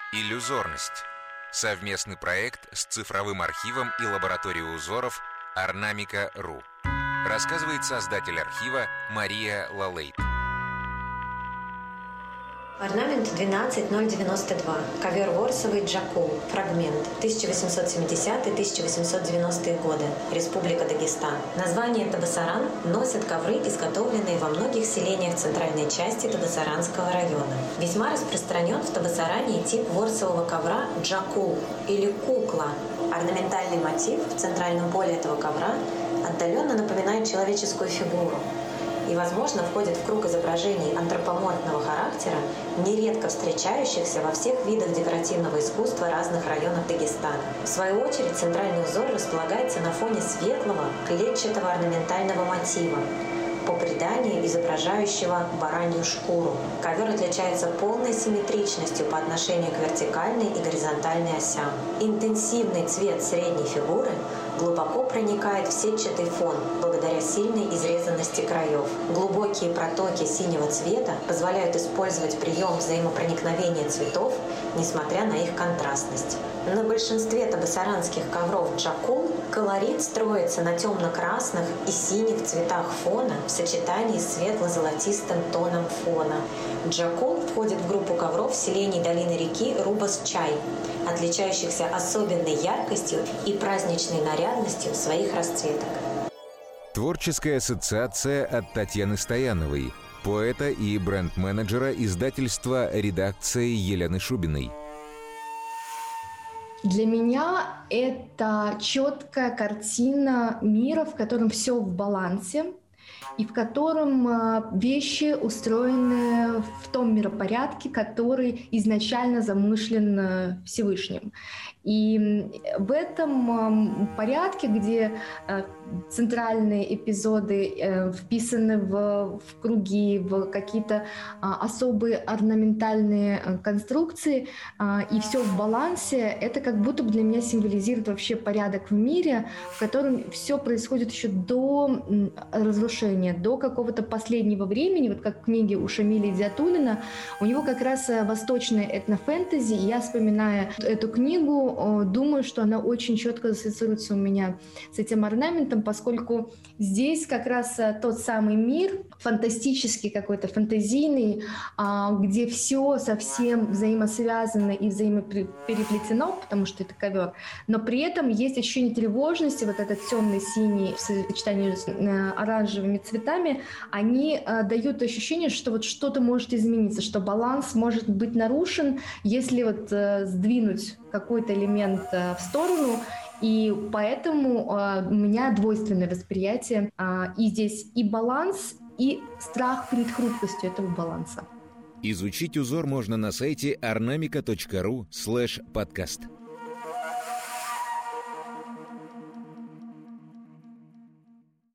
Иллюзорность. Совместный проект с цифровым архивом и лабораторией узоров Ornamica.ru. Рассказывает создатель архива Мария Лалейт. Орнамент 12092. Ковер ворсовый Джакул. Фрагмент. 1870-1890 годы. Республика Дагестан. Название Табасаран носят ковры, изготовленные во многих селениях центральной части Табасаранского района. Весьма распространен в Табасаране тип ворсового ковра Джакул или кукла. Орнаментальный мотив в центральном поле этого ковра отдаленно напоминает человеческую фигуру и, возможно, входит в круг изображений антропоморфного характера, нередко встречающихся во всех видах декоративного искусства разных районов Дагестана. В свою очередь, центральный узор располагается на фоне светлого, клетчатого орнаментального мотива, по преданию изображающего баранью шкуру. Ковер отличается полной симметричностью по отношению к вертикальной и горизонтальной осям. Интенсивный цвет средней фигуры глубоко проникает в сетчатый фон благодаря сильной изрезанности краев. Глубокие протоки синего цвета позволяют использовать прием взаимопроникновения цветов, несмотря на их контрастность. На большинстве табасаранских ковров Джакул колорит строится на темно-красных и синих цветах фона в сочетании с светло-золотистым тоном фона. Джакул входит в группу ковров селений долины реки Рубас-Чай, отличающихся особенной яркостью и праздничной нарядностью своих расцветок. Творческая ассоциация от Татьяны Стояновой, поэта и бренд-менеджера издательства «Редакции» Елены Шубиной. Для меня это четкая картина мира, в котором все в балансе и в котором вещи устроены в том миропорядке, который изначально замышлен Всевышним. И в этом порядке, где центральные эпизоды вписаны в круги, в какие-то особые орнаментальные конструкции, и все в балансе, это как будто бы для меня символизирует вообще порядок в мире, в котором все происходит еще до разрушения, до какого-то последнего времени, вот как в книге у Шамиля Идиатуллина, у него как раз восточная этнофэнтези, и я, вспоминая эту книгу, думаю, что она очень четко ассоциируется у меня с этим орнаментом, поскольку здесь как раз тот самый мир, фантастический какой-то, фантазийный, где все совсем взаимосвязано и взаимопереплетено, потому что это ковер, но при этом есть ощущение тревожности, вот этот темный синий в сочетании с оранжевыми цветами, они дают ощущение, что вот что-то может измениться, что баланс может быть нарушен, если вот сдвинуть какой-то элемент в сторону. И поэтому у меня двойственное восприятие. И здесь и баланс, и страх перед хрупкостью этого баланса. Изучить узор можно на сайте ornamica.ru/podcast.